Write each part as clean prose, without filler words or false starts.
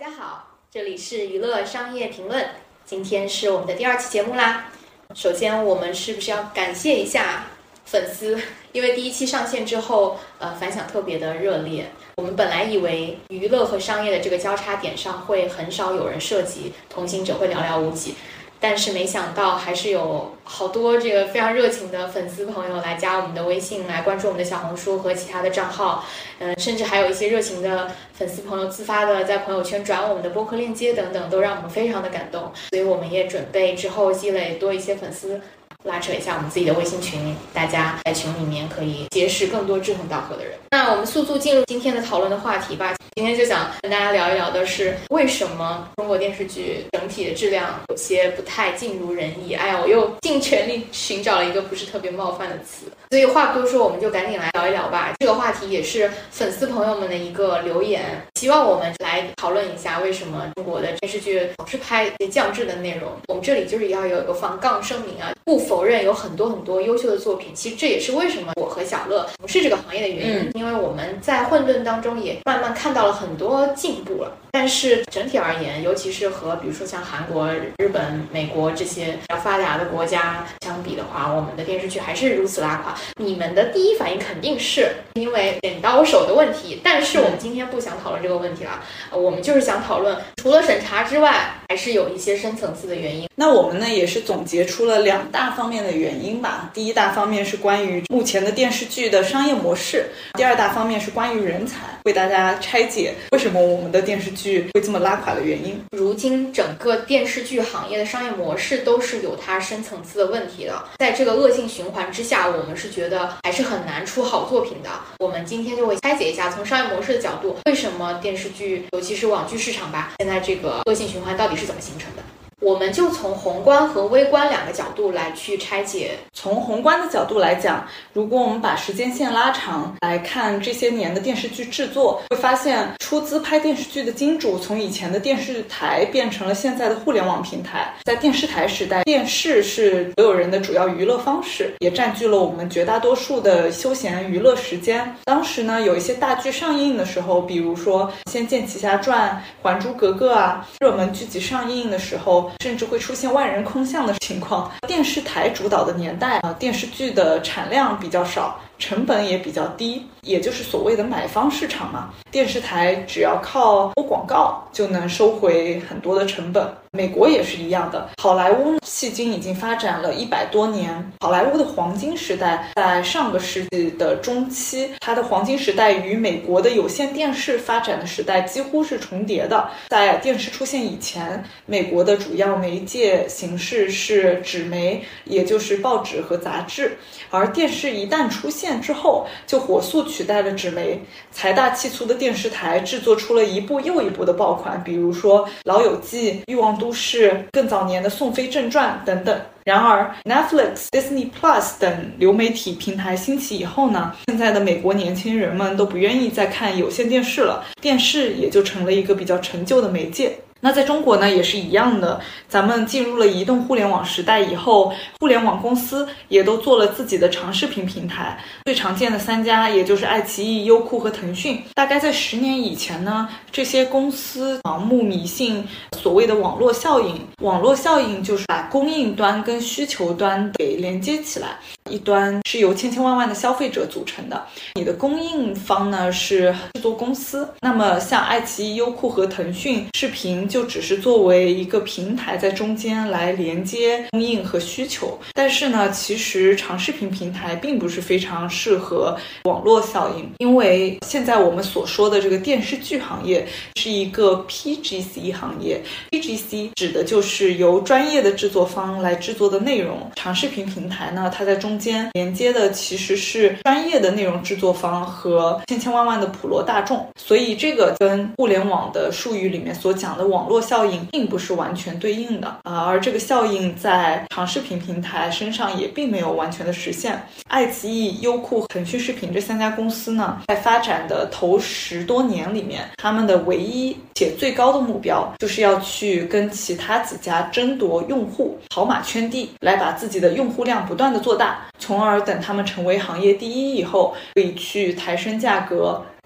家好，这里是娱乐商业评论，今天是我们的第2期节目啦。首先，我们是不是要感谢一下粉丝？因为第1期上线之后，反响特别的热烈。我们本来以为娱乐和商业的这个交叉点上会很少有人涉及，同行者会寥寥无几。但是没想到还是有好多这个非常热情的粉丝朋友来加我们的微信，来关注我们的小红书和其他的账号，甚至还有一些热情的粉丝朋友自发的在朋友圈转我们的播客链接等等，都让我们非常的感动。所以我们也准备之后积累多一些粉丝，拉扯一下我们自己的微信群，大家在群里面可以结识更多志同道合的人。那我们速速进入今天的讨论的话题吧。今天就想跟大家聊一聊的是，为什么中国电视剧整体的质量有些不太尽如人意。哎呀，我又尽全力寻找了一个不是特别冒犯的词，所以话不多说，我们就赶紧来聊一聊吧。这个话题也是粉丝朋友们的一个留言，希望我们来讨论一下为什么中国的电视剧总是拍一些降智的内容。我们这里就是要有一个防杠声明啊，不否认有很多优秀的作品，其实这也是为什么我和小乐从事这个行业的原因，因为我们在混沌当中也慢慢看到了很多进步了。但是整体而言，尤其是和比如说像韩国、日本、美国这些比较发达的国家相比的话，我们的电视剧还是如此拉垮。你们的第一反应肯定是因为剪刀手的问题，但是我们今天不想讨论这个问题了，我们就是想讨论除了审查之外，还是有一些深层次的原因。 那我们呢也是总结出了2大方面的原因吧。第一大方面是关于目前的电视剧的商业模式，第2大方面是关于人才，为大家拆解为什么我们的电视剧会这么拉垮的原因。 如今整个电视剧行业的商业模式都是有它深层次的问题的，在这个恶性循环之下，我们是觉得还是很难出好作品的。我们今天就会拆解一下，从商业模式的角度，为什么电视剧尤其是网剧市场吧，现在这个恶性循环到底是怎么形成的。我们就从宏观和微观2个角度来去拆解。 从宏观的角度来讲，如果我们把时间线拉长来看这些年的电视剧制作，会发现出资拍电视剧的金主从以前的电视台变成了现在的互联网平台。在电视台时代，电视是所有人的主要娱乐方式，也占据了我们绝大多数的休闲娱乐时间。当时呢，有一些大剧上映的时候，比如说《仙剑奇侠传》、《还珠格格》啊，热门剧集上映的时候，甚至会出现万人空巷的情况。电视台主导的年代，电视剧的产量比较少，成本也比较低，也就是所谓的买方市场嘛。电视台只要靠播广告就能收回很多的成本。美国也是一样的，好莱坞迄今已经发展了100多年。好莱坞的黄金时代在上个世纪的中期，它的黄金时代与美国的有线电视发展的时代几乎是重叠的。在电视出现以前，美国的主要媒介形式是纸媒，也就是报纸和杂志，而电视一旦出现之后，就火速取代了纸媒。财大气粗的电视台制作出了一部又一部的爆款，比如说《老友记》、《欲望都市》、更早年的《宋飞正传》等等。然而 Netflix、Disney Plus 等流媒体平台兴起以后呢，现在的美国年轻人们都不愿意再看有线电视了，电视也就成了一个比较陈旧的媒介。那在中国呢也是一样的，咱们进入了移动互联网时代以后，互联网公司也都做了自己的长视频平台。最常见的3家也就是爱奇艺、优酷和腾讯。大概在10年以前呢，这些公司盲目迷信所谓的网络效应。网络效应就是把供应端跟需求端给连接起来，一端是由千千万万的消费者组成的，你的供应方呢是制作公司。那么像爱奇艺、优酷和腾讯，视频就只是作为一个平台在中间来连接供应和需求。但是呢，其实长视频平台并不是非常适合网络效应，因为现在我们所说的这个电视剧行业是一个 PGC 行业。 PGC 指的就是由专业的制作方来制作的内容，长视频平台呢，它在中间连接的其实是专业的内容制作方和千千万万的普罗大众，所以这个跟互联网的术语里面所讲的网络效应并不是完全对应的而这个效应在长视频平台身上也并没有完全的实现。爱奇艺、优酷、腾讯视频这3家公司呢，在发展的头10多年里面，他们的唯一且最高的目标就是要去跟其他几家争夺用户，跑马圈地，来把自己的用户量不断的做大，从而等他们成为行业第一以后，可以去抬升价格，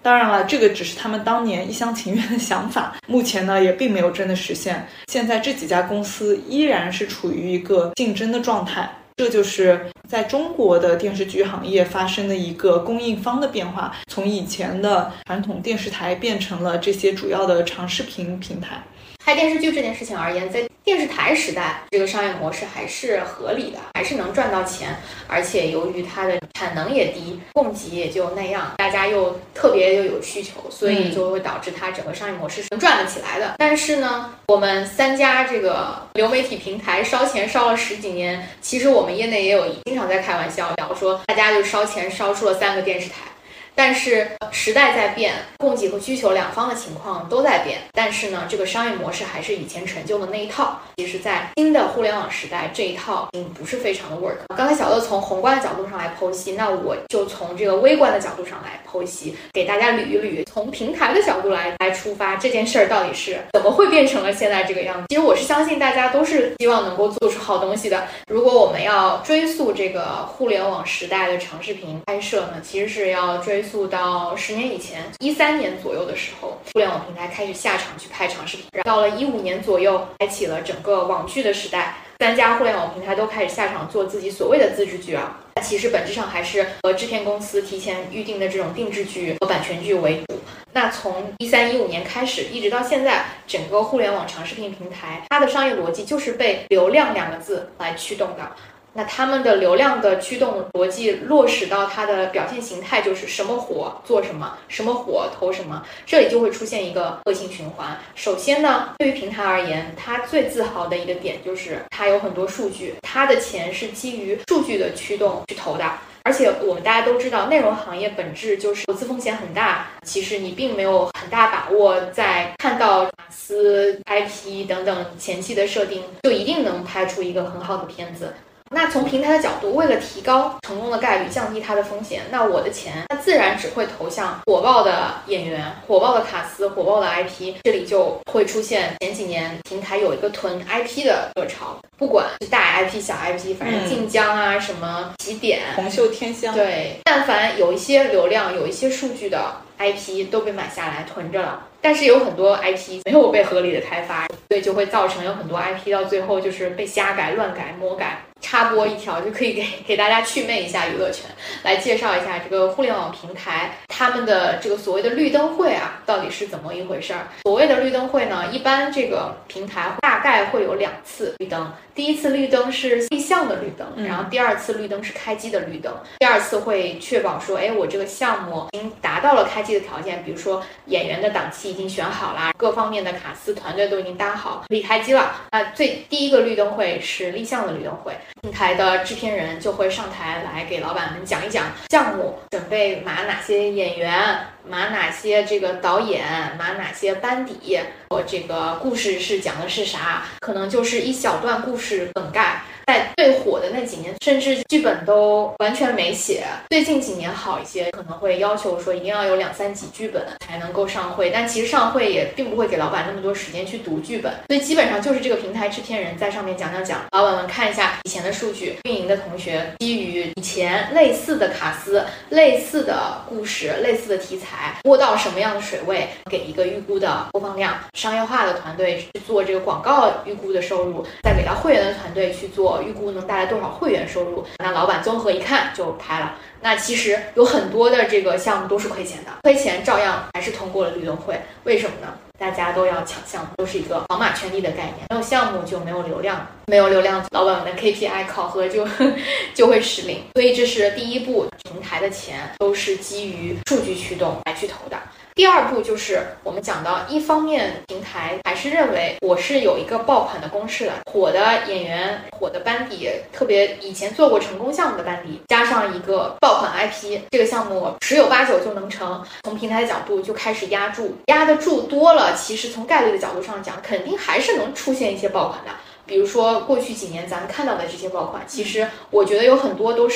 当然了，这个只是他们当年一厢情愿的想法，目前呢也并没有真的实现。现在这几家公司依然是处于一个竞争的状态，这就是在中国的电视剧行业发生的一个供应方的变化，从以前的传统电视台变成了这些主要的长视频平台。 拍电视剧这件事情而言，在电视台时代，这个商业模式还是合理的，还是能赚到钱，而且由于它的产能也低，供给也就那样，大家又特别又有需求，所以就会导致它整个商业模式是能赚得起来的。但是呢，我们3家这个流媒体平台烧钱烧了10几年，其实我们业内也有经常在开玩笑聊说，大家就烧钱烧出了3个电视台。但是时代在变，供给和需求两方的情况都在变，但是呢，这个商业模式还是以前陈旧的那一套。其实在新的互联网时代，这一套不是非常的 work。刚才小乐从宏观的角度上来剖析，那我就从这个微观的角度上来剖析，给大家捋一捋，从平台的角度来出发，这件事儿到底是怎么会变成了现在这个样子。其实我是相信大家都是希望能够做出好东西的。如果我们要追溯这个互联网时代的长视频拍摄呢，其实是要追溯到10年以前，13年左右的时候，互联网平台开始下场去拍长视频，到了15年左右，开启了整个网剧的时代。3家互联网平台都开始下场做自己所谓的自制剧啊，其实本质上还是和制片公司提前预定的这种定制剧和版权剧为主。那从13、15年开始，一直到现在，整个互联网长视频平台，它的商业逻辑就是被流量2个字来驱动的。那他们的流量的驱动逻辑落实到它的表现形态，就是什么火做什么，什么火投什么，这里就会出现一个恶性循环。首先呢，对于平台而言，它最自豪的一个点就是它有很多数据，它的钱是基于数据的驱动去投的。而且我们大家都知道，内容行业本质就是投资风险很大，其实你并没有很大把握在看到卡司、IP 等等前期的设定，就一定能拍出一个很好的片子。那从平台的角度，为了提高成功的概率，降低它的风险，那我的钱它自然只会投向火爆的演员、火爆的卡司、火爆的 IP。这里就会出现前几年平台有一个囤 IP 的热潮，不管是大 IP 小 IP， 反正晋江啊、什么起点、 红袖添香， 对，但凡有一些流量、有一些数据的 IP 都被买下来囤着了。但是有很多 IP 没有被合理的开发，所以就会造成有很多 IP 到最后就是被瞎改、乱改、魔改。插播一条，就可以给大家祛魅一下娱乐圈，来介绍一下这个互联网平台他们的这个所谓的绿灯会啊，到底是怎么一回事儿。所谓的绿灯会呢，一般这个平台大概会有2次绿灯。第一次绿灯是立项的绿灯，然后第2次绿灯是开机的绿灯。第2次会确保说，我这个项目已经达到了开机的条件，比如说演员的档期已经选好了，各方面的卡司团队都已经搭好，可以开机了。那第一个绿灯会是立项的绿灯会，平台的制片人就会上台来给老板们讲一讲项目准备码哪些演员，码哪些这个导演，码哪些班底，我这个故事是讲的是啥，可能就是一小段故事梗概。在最火的那几年，甚至剧本都完全没写。最近几年好一些，可能会要求说一定要有2、3集剧本才能够上会，但其实上会也并不会给老板那么多时间去读剧本，所以基本上就是这个平台制片人在上面讲，老板们看一下以前的数据，运营的同学基于以前类似的卡司、类似的故事、类似的题材播到什么样的水位，给一个预估的播放量，商业化的团队去做这个广告预估的收入，再给到会员的团队去做预估能带来多少会员收入，那老板综合一看就拍了。那其实有很多的这个项目都是亏钱的，亏钱照样还是通过了绿灯会。为什么呢？大家都要抢项目，都是一个宝马圈地的概念，没有项目就没有流量，没有流量，老板们的 KPI 考核就会失灵。所以这是第一步，平台的钱都是基于数据驱动来去投的。第2步就是我们讲到，一方面平台还是认为我是有一个爆款的公式的，火的演员、火的班底，特别以前做过成功项目的班底，加上一个爆款 IP， 这个项目10有89就能成。从平台的角度就开始压注，压的注多了，其实从概率的角度上讲，肯定还是能出现一些爆款的。比如说过去几年咱们看到的这些爆款，其实我觉得有很多都是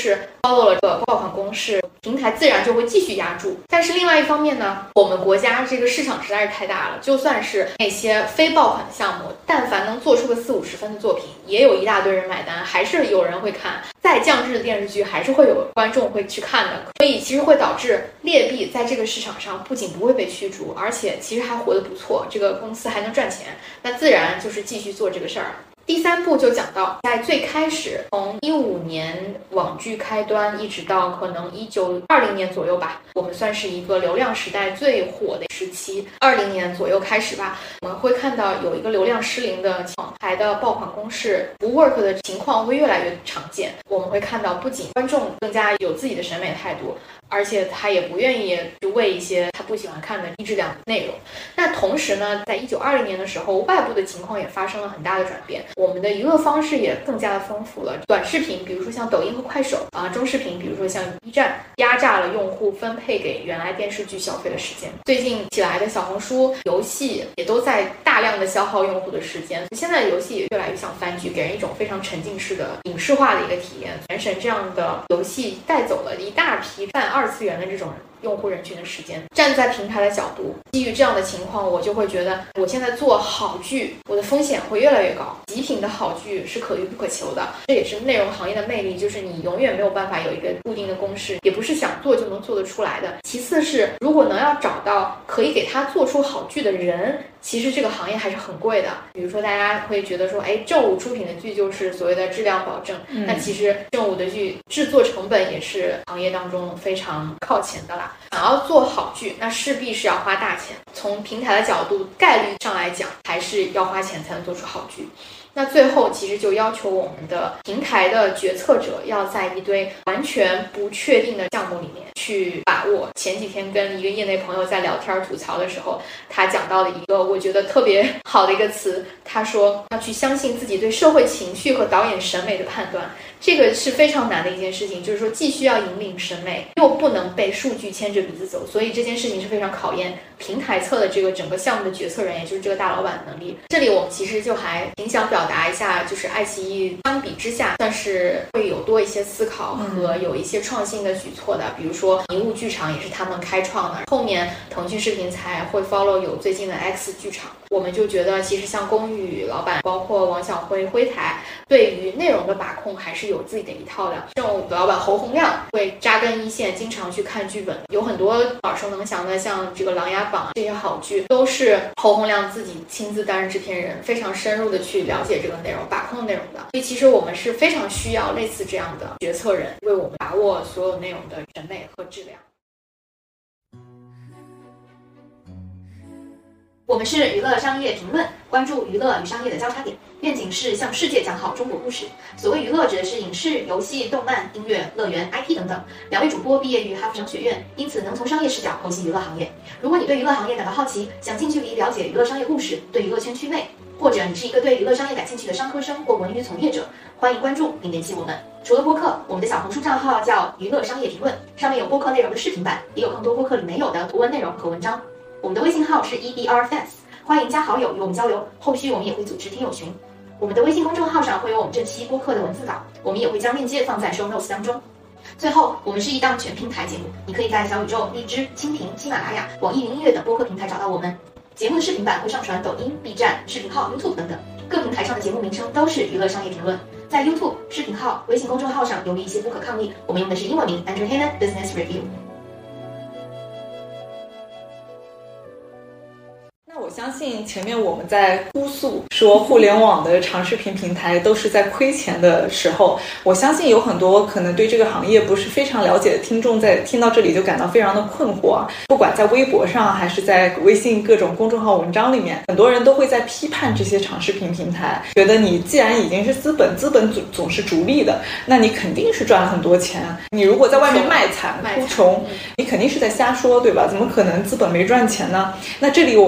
follow 了这个爆款公式，平台自然就会继续压住。但是另外一方面呢，我们国家这个市场实在是太大了，就算是那些非爆款项目，但凡能做出个40-50分的作品，也有一大堆人买单，还是有人会看。再降质的电视剧还是会有观众会去看的，所以其实会导致劣币在这个市场上不仅不会被驱逐，而且其实还活得不错，这个公司还能赚钱，那自然就是继续做这个事儿。第3步就讲到，在最开始从15年网剧开端一直到可能1920年左右吧，我们算是一个流量时代最火的时期，20年左右开始吧，我们会看到有一个流量失灵的网台的爆款公式不 work 的情况会越来越常见。我们会看到不仅观众更加有自己的审美态度，而且他也不愿意去为一些他不喜欢看的低质量的内容。那同时呢，在1920年的时候，外部的情况也发生了很大的转变，我们的娱乐方式也更加的丰富了。短视频，比如说像抖音和快手中视频，比如说像 B 站，压榨了用户分配给原来电视剧消费的时间。最近起来的小红书游戏也都在大量的消耗用户的时间。现在的游戏也越来越像番剧，给人一种非常沉浸式的影视化的一个体验。原神这样的游戏带走了一大批泛2次元的这种用户人群的时间。站在平台的角度，基于这样的情况，我就会觉得我现在做好剧，我的风险会越来越高。极品的好剧是可遇不可求的，这也是内容行业的魅力，就是你永远没有办法有一个固定的公式，也不是想做就能做得出来的。其次是，如果能要找到可以给他做出好剧的人，其实这个行业还是很贵的。比如说大家会觉得说，正午出品的剧就是所谓的质量保证，那其实正午的剧制作成本也是行业当中非常靠前的啦。想要做好剧，那势必是要花大钱。从平台的角度，概率上来讲，还是要花钱才能做出好剧。那最后其实就要求我们的平台的决策者要在一堆完全不确定的项目里面去把握。前几天跟一个业内朋友在聊天吐槽的时候，他讲到了一个我觉得特别好的一个词，他说要去相信自己对社会情绪和导演审美的判断。这个是非常难的一件事情，就是说既需要引领审美，又不能被数据牵着鼻子走，所以这件事情是非常考验平台侧的这个整个项目的决策人，也就是这个大老板的能力。这里我们其实就还挺想表达一下，就是爱奇艺相比之下算是会有多一些思考和有一些创新的举措的，比如说迷雾剧场也是他们开创的，后面腾讯视频才会 follow 有最近的 X 剧场。我们就觉得其实像公寓老板包括王小辉辉台对于内容的把控还是有自己的一套的。这种老板侯洪亮会扎根一线，经常去看剧本，有很多耳熟能详的像这个琅琊榜这些好剧都是侯洪亮自己亲自担任制片人，非常深入的去了解这个内容，把控内容的。所以其实我们是非常需要类似这样的决策人为我们把握所有内容的审美和质量。我们是娱乐商业评论，关注娱乐与商业的交叉点，愿景是向世界讲好中国故事。所谓娱乐指的是影视、游戏、动漫、音乐、乐园、IP 等等。两位主播毕业于哈佛商学院，因此能从商业视角剖析娱乐行业。如果你对娱乐行业感到好奇，想近距离了解娱乐商业故事，对娱乐圈祛魅，或者你是一个对娱乐商业感兴趣的商科生或文娱从业者，欢迎关注并联系我们。除了播客，我们的小红书账号叫娱乐商业评论，上面有播客内容的视频版，也有更多播客里没有的图文内容和文章。我们的微信号是 EBRFans， 欢迎加好友与我们交流，后续我们也会组织听友群。我们的微信公众号上会有我们这期播客的文字稿，我们也会将链接放在 show notes 当中。最后，我们是一档全平台节目，你可以在小宇宙、荔枝、蜻蜓、喜马拉雅、网易云音乐等播客平台找到我们。节目的视频版会上传抖音、B 站、视频号、YouTube 等等，各平台上的节目名称都是娱乐商业评论。在 YouTube、视频号、微信公众号上，由于一些播客抗议，我们用的是英文名 Entertainment Business Review。 我相信前面我们在哭诉说互联网的长视频平台都是在亏钱的时候，我相信有很多可能对这个行业不是非常了解的听众在听到这里就感到非常的困惑。不管在微博上还是在微信各种公众号文章里面，很多人都会在批判这些长视频平台，觉得你既然已经是资本总是逐利的，那你肯定是赚了很多钱，你如果在外面卖惨哭穷，你肯定是在瞎说，对吧？怎么可能资本没赚钱呢？那这里我们也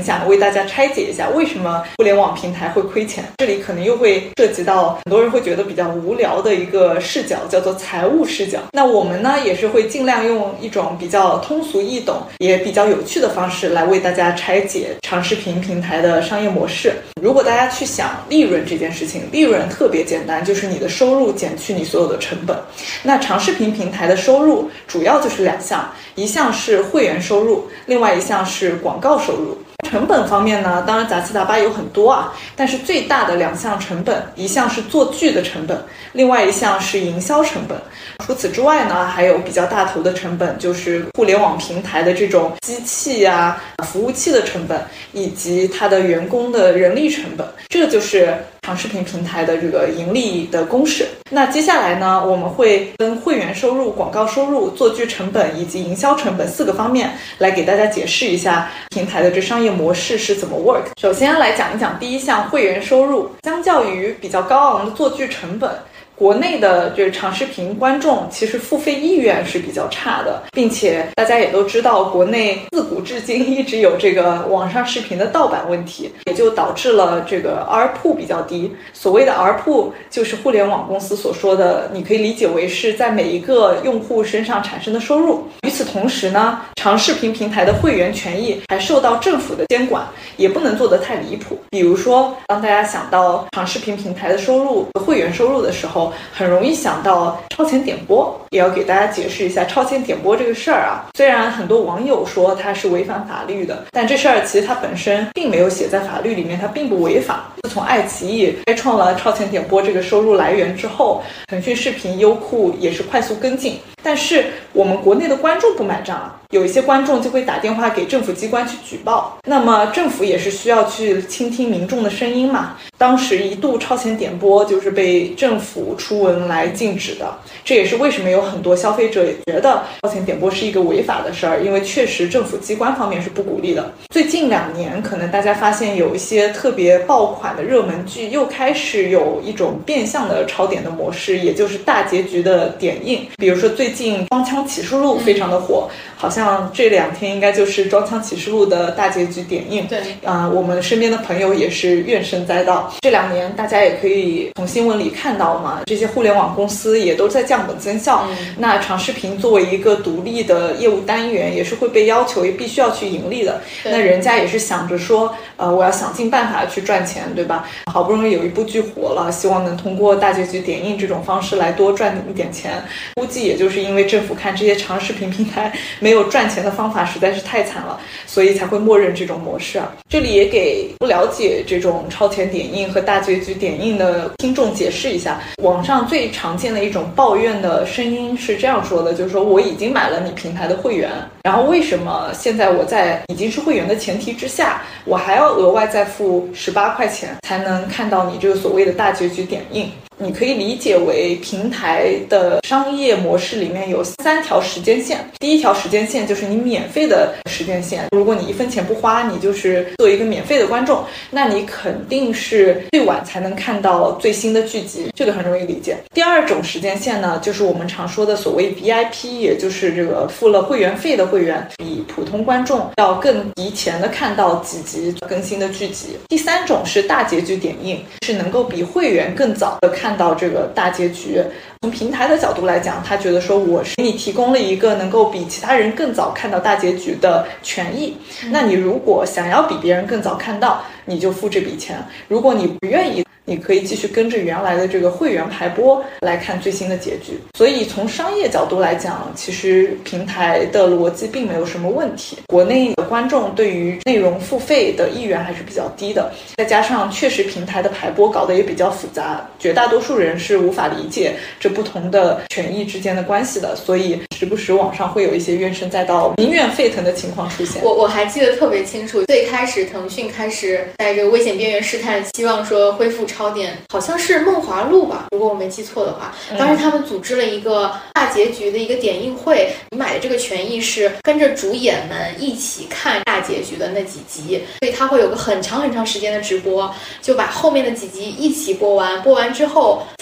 享，为大家拆解一下为什么互联网平台会亏钱。这里可能又会涉及到很多人会觉得比较无聊的一个视角，叫做财务视角。那我们呢也是会尽量用一种比较通俗易懂也比较有趣的方式来为大家拆解长视频平台的商业模式。如果大家去想利润这件事情，利润特别简单，就是你的收入减去你所有的成本。那长视频平台的收入主要就是两项，一项是会员收入，另外一项是广告收入。成本方面呢，当然杂七杂八有很多啊，但是最大的两项成本，一项是做剧的成本，另外一项是营销成本。除此之外呢，还有比较大头的成本，就是互联网平台的这种机器啊、服务器的成本，以及它的员工的人力成本。这就是长视频平台的这个盈利的公式。那接下来呢，我们会分会员收入、广告收入、做剧成本以及营销成本4个方面来给大家解释一下平台的这商业模式是怎么 work。首先来讲一讲第一项会员收入。相较于比较高昂的做剧成本，国内的这个长视频观众其实付费意愿是比较差的，并且大家也都知道，国内自古至今一直有这个网上视频的盗版问题，也就导致了这个 ARPU 比较低。所谓的 ARPU 就是互联网公司所说的，你可以理解为是在每一个用户身上产生的收入。与此同时呢，长视频平台的会员权益还受到政府的监管，也不能做得太离谱。比如说，当大家想到长视频平台的收入和会员收入的时候，很容易想到超前点播。也要给大家解释一下超前点播这个事儿啊。虽然很多网友说它是违反法律的，但这事儿其实它本身并没有写在法律里面，它并不违法。自从爱奇艺开创了超前点播这个收入来源之后，腾讯视频、优酷也是快速跟进。但是我们国内的观众不买账啊，有一些观众就会打电话给政府机关去举报。那么政府也是需要去倾听民众的声音嘛。当时一度超前点播就是被政府出文来禁止的，这也是为什么有很多消费者也觉得超前点播是一个违法的事儿，因为确实政府机关方面是不鼓励的。最近2年，可能大家发现有一些特别爆款的热门剧又开始有一种变相的超点的模式，也就是大结局的点映。比如说最近《装腔启示录》非常的火，好像这2天应该就是《装腔启示录》的大结局点映。 对我们身边的朋友也是怨声载道。这2年大家也可以从新闻里看到嘛，这些互联网公司也都在降本增效。那长视频作为一个独立的业务单元，也是会被要求也必须要去盈利的。那人家也是想着说，我要想尽办法去赚钱，对吧？好不容易有一部剧火了，希望能通过大结局点映这种方式来多赚一点钱。估计也就是因为政府看这些长视频平台没有赚钱的方法实在是太惨了，所以才会默认这种模式啊。这里也给不了解这种超前点映和大结局点映的听众解释一下，网上最常见的一种抱怨的声音是这样说的，就是说我已经买了你平台的会员，然后为什么现在我在已经是会员的前提之下，我还要额外再付18块钱才能看到你这个所谓的大结局点映？你可以理解为平台的商业模式里面有3条时间线。第一条时间线就是你免费的时间线，如果你1分钱不花，你就是做一个免费的观众，那你肯定是最晚才能看到最新的剧集，这个很容易理解。第2种时间线呢，就是我们常说的所谓 VIP， 也就是这个付了会员费的会员比普通观众要更提前的看到几集更新的剧集。第3种是大结局点映，是能够比会员更早的看到这个大结局。从平台的角度来讲，他觉得说我是给你提供了一个能够比其他人更早看到大结局的权益，那你如果想要比别人更早看到，你就付这笔钱。如果你不愿意，你可以继续跟着原来的这个会员排播来看最新的结局。所以从商业角度来讲，其实平台的逻辑并没有什么问题。国内的观众对于内容付费的意愿还是比较低的，再加上确实平台的排播搞得也比较复杂，绝大多数人是无法理解这不同的权益之间的关系的，所以时不时网上会有一些怨声载道、民怨沸腾的情况出现。 我还记得特别清楚，最开始腾讯开始在这个危险边缘试探，希望说恢复超点，好像是梦华录吧，如果我没记错的话。当时他们组织了一个大结局的一个点映会，你买的这个权益是跟着主演们一起看大结局的那几集，所以他会有个很长很长时间的直播，就把后面的几集一起播完，播完之后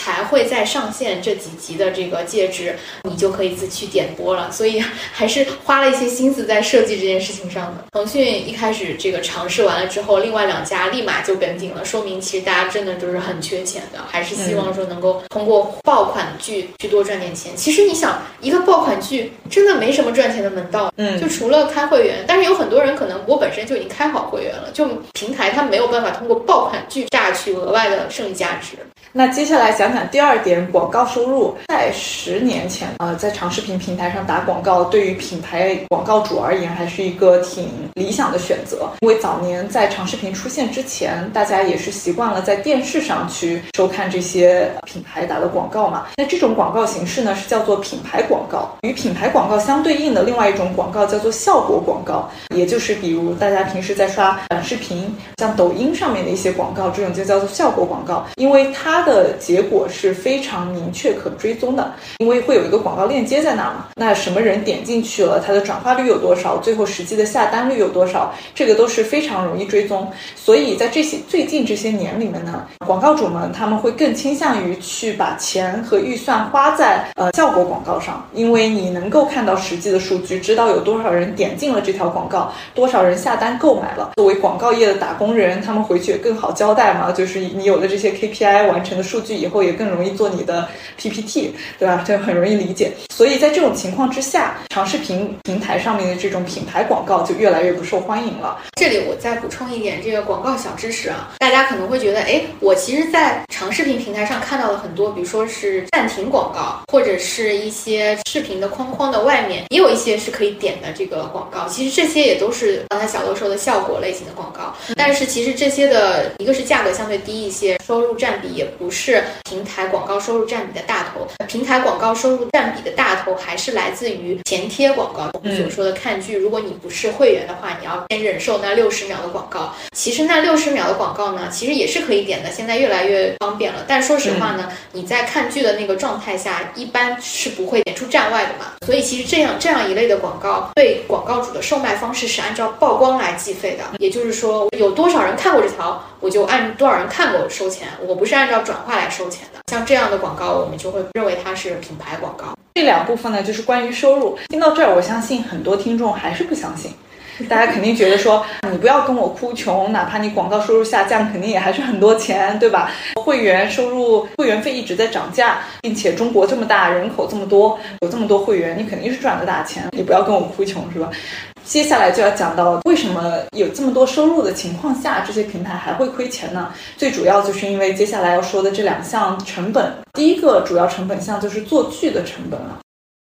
才会在上线这几集的这个介质，你就可以自去点播了。所以还是花了一些心思在设计这件事情上的。腾讯一开始这个尝试完了之后，另外2家立马就跟进了，说明其实大家真的就是很缺钱的，还是希望说能够通过爆款剧去多赚点钱。其实你想，一个爆款剧真的没什么赚钱的门道，就除了开会员，但是有很多人可能我本身就已经开好会员了，就平台它没有办法通过爆款剧榨取额外的剩余价值。 那接下来讲讲第2点，广告收入。在10年前在长视频平台上打广告，对于品牌广告主而言还是一个挺理想的选择。因为早年在长视频出现之前，大家也是习惯了在电视上去收看这些品牌打的广告嘛。那这种广告形式呢，是叫做品牌广告。与品牌广告相对应的另外一种广告叫做效果广告，也就是比如大家平时在刷短视频，像抖音上面的一些广告，这种就叫做效果广告。因为它的结果是非常明确可追踪的，因为会有一个广告链接在那嘛，那什么人点进去了，它的转化率有多少，最后实际的下单率有多少，这个都是非常容易追踪。所以在最近这些年里面呢，广告主们他们会更倾向于去把钱和预算花在效果广告上，因为你能够看到实际的数据，知道有多少人点进了这条广告，多少人下单购买了。作为广告业的打工人，他们回去也更好交代嘛，就是你有了这些 KPI 完成的数据以后，也更容易做你的 PPT， 对吧？这很容易理解。所以在这种情况之下，长视频平台上面的这种品牌广告就越来越不受欢迎了。 这里我再补充一点这个广告小知识啊，大家可能会觉得，我其实在长视频平台上看到了很多，比如说是暂停广告，或者是一些视频的框框的外面也有一些是可以点的这个广告，其实这些也都是刚才小乐说的效果类型的广告。但是其实这些的一个是价格相对低一些，收入占比也不是平台广告收入占比的大头，平台广告收入占比的大头还是来自于前贴广告。我们所说的看剧，如果你不是会员的话，你要先忍受那60秒的广告。其实那60秒的广告呢，其实也是可以点的，现在越来越方便了。但说实话呢，你在看剧的那个状态下，一般是不会点出站外的嘛。所以其实这样一类的广告，对广告主的售卖方式是按照曝光来计费的，也就是说有多少人看过这条，我就按多少人看过收钱，我不是按照转化来收钱的。像这样的广告，我们就会认为它是品牌广告。 这2部分呢，就是关于收入。听到这儿，我相信很多听众还是不相信。大家肯定觉得说，你不要跟我哭穷，哪怕你广告收入下降，肯定也还是很多钱，对吧？会员收入、会员费一直在涨价，并且中国这么大，人口这么多，有这么多会员，你肯定是赚了大钱，你不要跟我哭穷，是吧？接下来就要讲到为什么有这么多收入的情况下，这些平台还会亏钱呢？最主要就是因为接下来要说的这2项成本。第一个主要成本项就是做剧的成本了。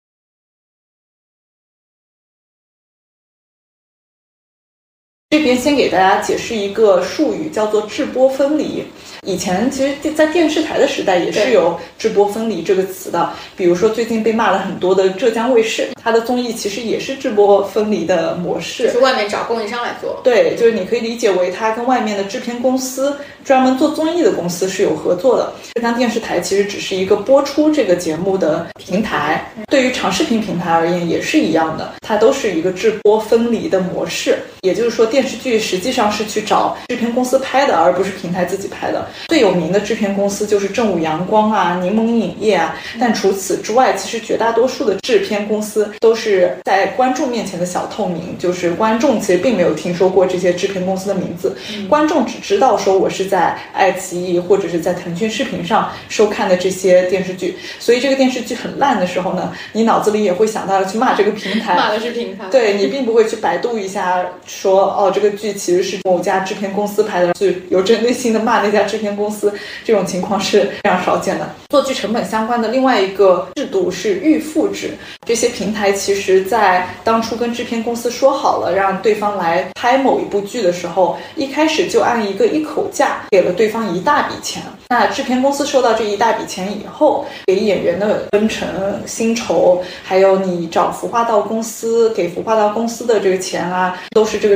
这边先给大家解释一个术语，叫做制播分离。以前其实在电视台的时代也是有制播分离这个词的，比如说最近被骂了很多的浙江卫视，它的综艺其实也是制播分离的模式， 就是外面找供应商来做。 对，就是你可以理解为它跟外面的制片公司，专门做综艺的公司是有合作的。浙江电视台其实只是一个播出这个节目的平台，对于长视频平台而言也是一样的，它都是一个制播分离的模式。也就是说，电视剧实际上是去找制片公司拍的，而不是平台自己拍的。最有名的制片公司就是正午阳光啊、柠檬影业啊，但除此之外，其实绝大多数的制片公司都是在观众面前的小透明，就是观众其实并没有听说过这些制片公司的名字，观众只知道说我是在爱奇艺或者是在腾讯视频上收看的这些电视剧，所以这个电视剧很烂的时候呢，你脑子里也会想到要去骂这个平台， 骂的是平台， 对，你并不会去百度一下说哦，这个剧其实是某家制片公司拍的，是有针对性的骂那家制片公司，这种情况是非常少见的。做剧成本相关的另外一个制度是预付制，这些平台其实在当初跟制片公司说好了让对方来拍某一部剧的时候，一开始就按一个一口价给了对方一大笔钱，那制片公司收到这一大笔钱以后，给演员的分成、薪酬，还有你找服化道公司给服化道公司的这个钱啊，都是这个制片公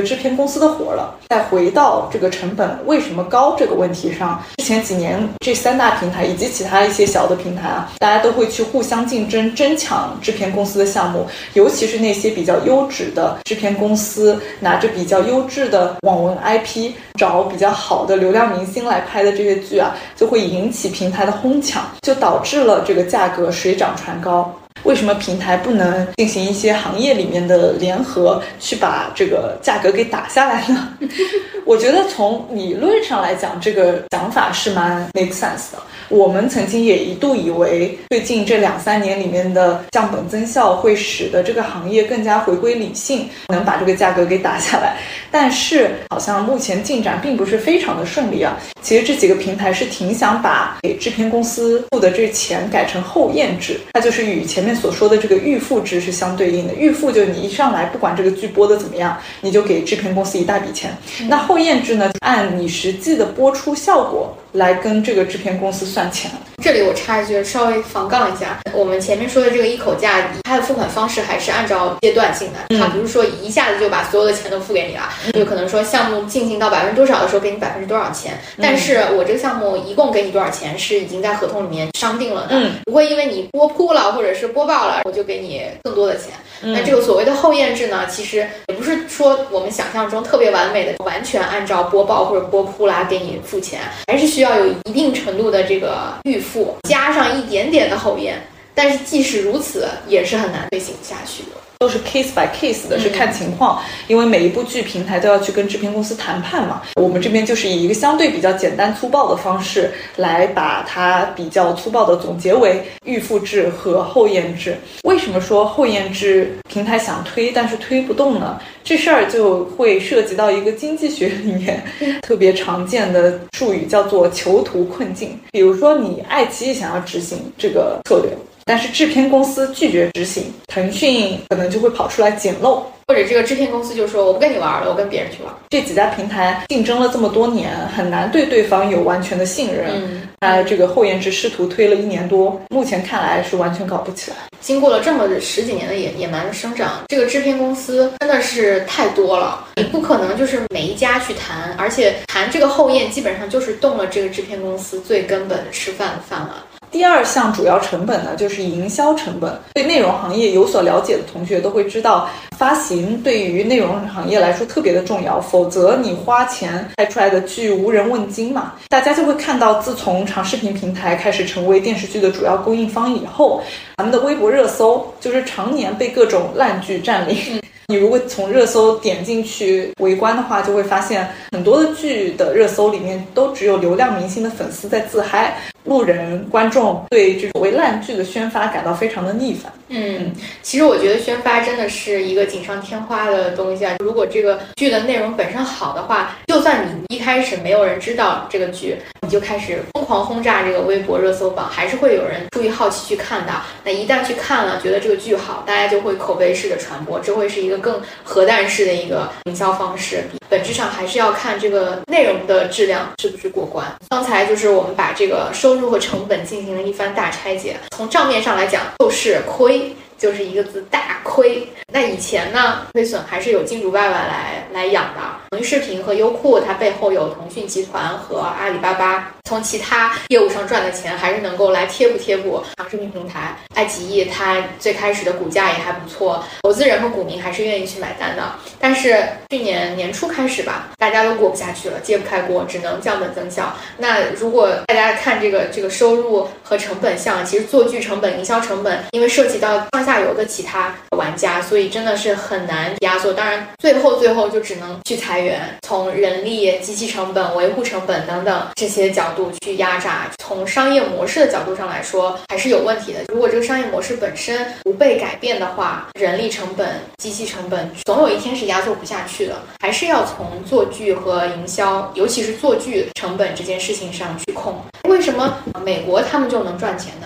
公司的活了。再回到这个成本为什么高这个问题上，之前几年这3大平台以及其他一些小的平台啊，大家都会去互相竞争，争抢制片公司的项目，尤其是那些比较优质的制片公司，拿着比较优质的网文 IP， 找比较好的流量明星来拍的这些剧啊，就会引起平台的哄抢，就导致了这个价格水涨船高。为什么平台不能进行一些行业里面的联合，去把这个价格给打下来呢？我觉得从理论上来讲，这个想法是蛮 make sense 的。我们曾经也一度以为，最近这2-3年里面的降本增效会使得这个行业更加回归理性，能把这个价格给打下来。但是好像目前进展并不是非常的顺利啊。其实这几个平台是挺想把给制片公司付的这钱改成后验制，它就是与前面所说的这个预付制是相对应的。预付就是你一上来不管这个剧播的怎么样，你就给制片公司一大笔钱。那后验制呢，按你实际的播出效果来跟这个制片公司算钱。 这里我插一句，稍微防杠一下，我们前面说的这个一口价，它的付款方式还是按照阶段性的，它不是说一下子就把所有的钱都付给你了，就可能说项目进行到多少的时候给你多少钱，但是我这个项目一共给你多少钱是已经在合同里面商定了的，不会因为你播扑了或者是播报了，我就给你更多的钱。那这个所谓的后验制呢，其实也不是说我们想象中特别完美的完全按照播报或者播扑来给你付钱，还是需要有一定程度的这个预付，加上一点点的后验，但是即使如此也是很难推行下去的。 都是 case by case 的，是看情况，因为每一部剧平台都要去跟制片公司谈判嘛。我们这边就是以一个相对比较简单粗暴的方式来把它比较粗暴的总结为预付制和后验制。为什么说后验制平台想推但是推不动呢？这事儿就会涉及到一个经济学里面特别常见的术语，叫做囚徒困境。比如说你爱奇艺想要执行这个策略，但是制片公司拒绝执行，腾讯可能就会跑出来捡漏， 或者这个制片公司就说我不跟你玩了，我跟别人去玩。 这几家平台竞争了这么多年，很难对对方有完全的信任。这个后验制试图推了1年多，目前看来是完全搞不起来。 经过了这么10几年的野蛮生长，这个制片公司真的是太多了，你不可能就是每一家去谈，而且谈这个后验基本上就是动了这个制片公司最根本的吃饭的饭碗。 第二项主要成本呢，就是营销成本。对内容行业有所了解的同学都会知道，发行对于内容行业来说特别的重要，否则你花钱拍出来的剧无人问津嘛。大家就会看到，自从长视频平台开始成为电视剧的主要供应方以后，咱们的微博热搜就是常年被各种烂剧占领。你如果从热搜点进去围观的话，就会发现很多的剧的热搜里面都只有流量明星的粉丝在自嗨，路人观众对这种所谓烂剧的宣发感到非常的逆反。 其实我觉得宣发真的是一个锦上添花的东西啊。如果这个剧的内容本身好的话，就算你一开始没有人知道这个剧，你就开始疯狂轰炸这个微博热搜榜，还是会有人出于好奇去看的。那一旦去看了，觉得这个剧好，大家就会口碑式的传播，这会是一个更核弹式的一个营销方式。本质上还是要看这个内容的质量是不是过关。刚才就是我们把这个收入和成本进行了一番大拆解，从账面上来讲就是亏，就是一个字大亏。那以前呢，亏损还是有金主爸爸来养的。腾讯视频和优酷它背后有腾讯集团和阿里巴巴，从其他业务上赚的钱还是能够来贴补长视频平台。爱奇艺它最开始的股价也还不错，投资人和股民还是愿意去买单的。但是去年年初开始吧，大家都过不下去了，揭不开锅，只能降本增效。那如果大家看这个收入和成本项，其实做剧成本、营销成本，因为涉及到上下游的其他玩家，所以真的是很难压缩。当然最后就只能去裁员，从人力、机器成本、维护成本等等这些角度去压榨。从商业模式的角度上来说，还是有问题的。如果这个商业模式本身不被改变的话，人力成本、机器成本总有一天是压缩不下去的。还是要从做剧和营销，尤其是做剧成本这件事情上去控。为什么美国他们就能赚钱呢？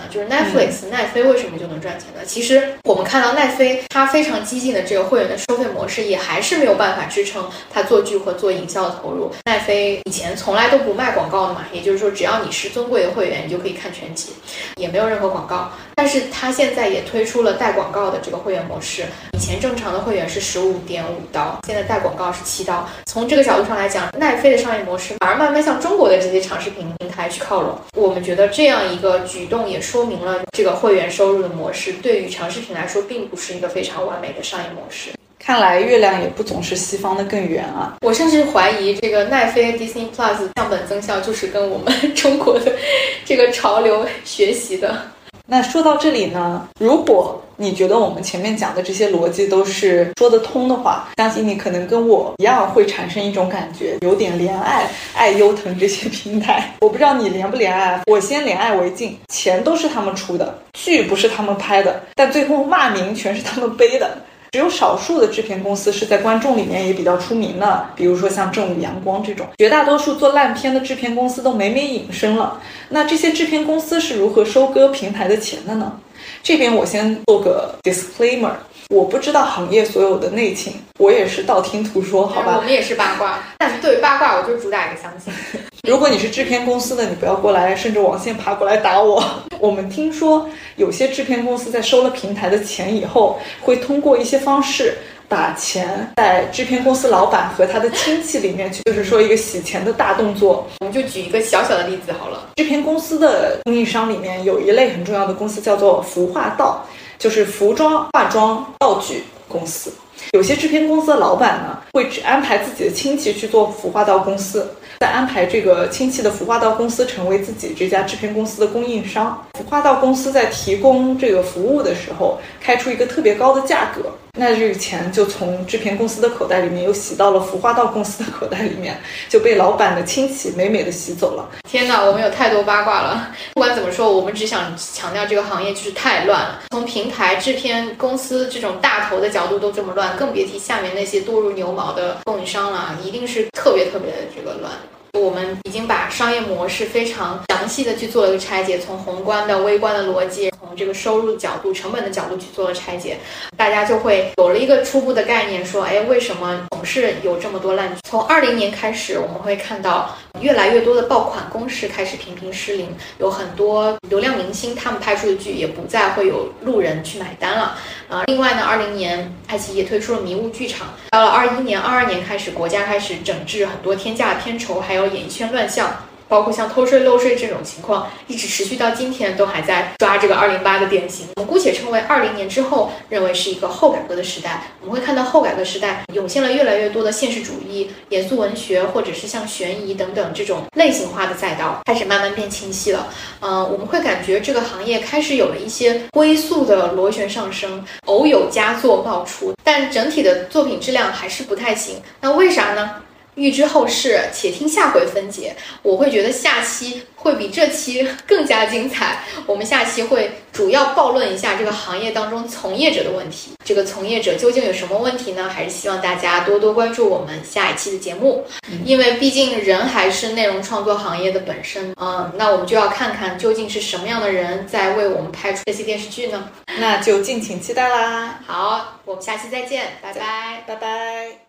就是 Netflix、奈飞为什么就能赚钱呢？其实我们看到奈飞它非常激进的这个会员的收费模式，也还是没有办法支撑它做剧和做营销的投入。奈飞以前从来都不卖广告的嘛，也就是说只要你是尊贵的会员，你就可以看全集，也没有任何广告。但是它现在也推出了带广告的这个会员模式，以前正常的会员是15.5刀，现在带广告是7刀。从这个角度上来讲，奈飞的商业模式反而慢慢向中国的这些长视频平台去靠拢。我们觉得这样一个举动也说明了这个会员收入的模式对于长视频来说并不是一个非常完美的商业模式。 看来月亮也不总是西方的更圆啊！ 我甚至怀疑这个奈飞 Disney Plus 降本增效就是跟我们中国的这个潮流学习的。 那说到这里呢，如果你觉得我们前面讲的这些逻辑都是说得通的话，相信你可能跟我一样会产生一种感觉，有点怜爱优腾这些平台。我不知道你怜不怜爱，我先怜爱为敬，钱都是他们出的，剧不是他们拍的，但最后骂名全是他们背的。只有少数的制片公司是在观众里面也比较出名的，比如说像正午阳光这种，绝大多数做烂片的制片公司都每隐身了。那这些制片公司是如何收割平台的钱的呢？这边我先做个 disclaimer， 我不知道行业所有的内情，我也是道听途说，好吧？ 我们也是八卦，但是对于八卦我就主打一个相信。 如果你是制片公司的，你不要过来顺着网线爬过来打我。我们听说有些制片公司在收了平台的钱以后，会通过一些方式把钱在制片公司老板和他的亲戚里面去，就是说一个洗钱的大动作。 我们就举一个小小的例子好了。 制片公司的供应商里面有一类很重要的公司叫做服化道，就是服装、化妆、道具公司。有些制片公司的老板呢，会只安排自己的亲戚去做服化道公司，再安排这个亲戚的服化道公司成为自己这家制片公司的供应商。服化道公司在提供这个服务的时候，开出一个特别高的价格，那这个钱就从制片公司的口袋里面又洗到了服化道公司的口袋里面，就被老板的亲戚美美的洗走了。 天哪，我们有太多八卦了。不管怎么说，我们只想强调这个行业就是太乱了。从平台、制片公司这种大头的角度都这么乱，更别提下面那些多如牛毛的供应商了，一定是特别的这个乱。我们已经把商业模式非常详细的去做了一个拆解，从宏观的、微观的逻辑，从这个收入的角度、成本的角度去做了拆解，大家就会有了一个初步的概念，说，哎，为什么总是有这么多烂剧？从20年开始，我们会看到越来越多的爆款公式开始频频失灵，有很多流量明星他们拍出的剧也不再会有路人去买单了。另外呢，20年爱奇艺也推出了迷雾剧场，到了21年、22年开始，国家开始整治很多天价片酬，还有演艺圈乱象。包括像偷税漏税这种情况，一直持续到今天都还在抓这个208的典型。我们姑且称为20年之后，认为是一个后改革的时代。我们会看到后改革时代涌现了越来越多的现实主义、严肃文学，或者是像悬疑等等这种类型化的赛道开始慢慢变清晰了。我们会感觉这个行业开始有了一些龟速的螺旋上升，偶有佳作冒出，但整体的作品质量还是不太行。那为啥呢？预知后事，且听下回分解。我会觉得下期会比这期更加精彩。我们下期会主要暴论一下这个行业当中从业者的问题。这个从业者究竟有什么问题呢？还是希望大家多多关注我们下一期的节目，因为毕竟人还是内容创作行业的本身。那我们就要看看究竟是什么样的人在为我们拍出这些电视剧呢？ 那就敬请期待啦。 好，我们下期再见，拜拜， 拜拜。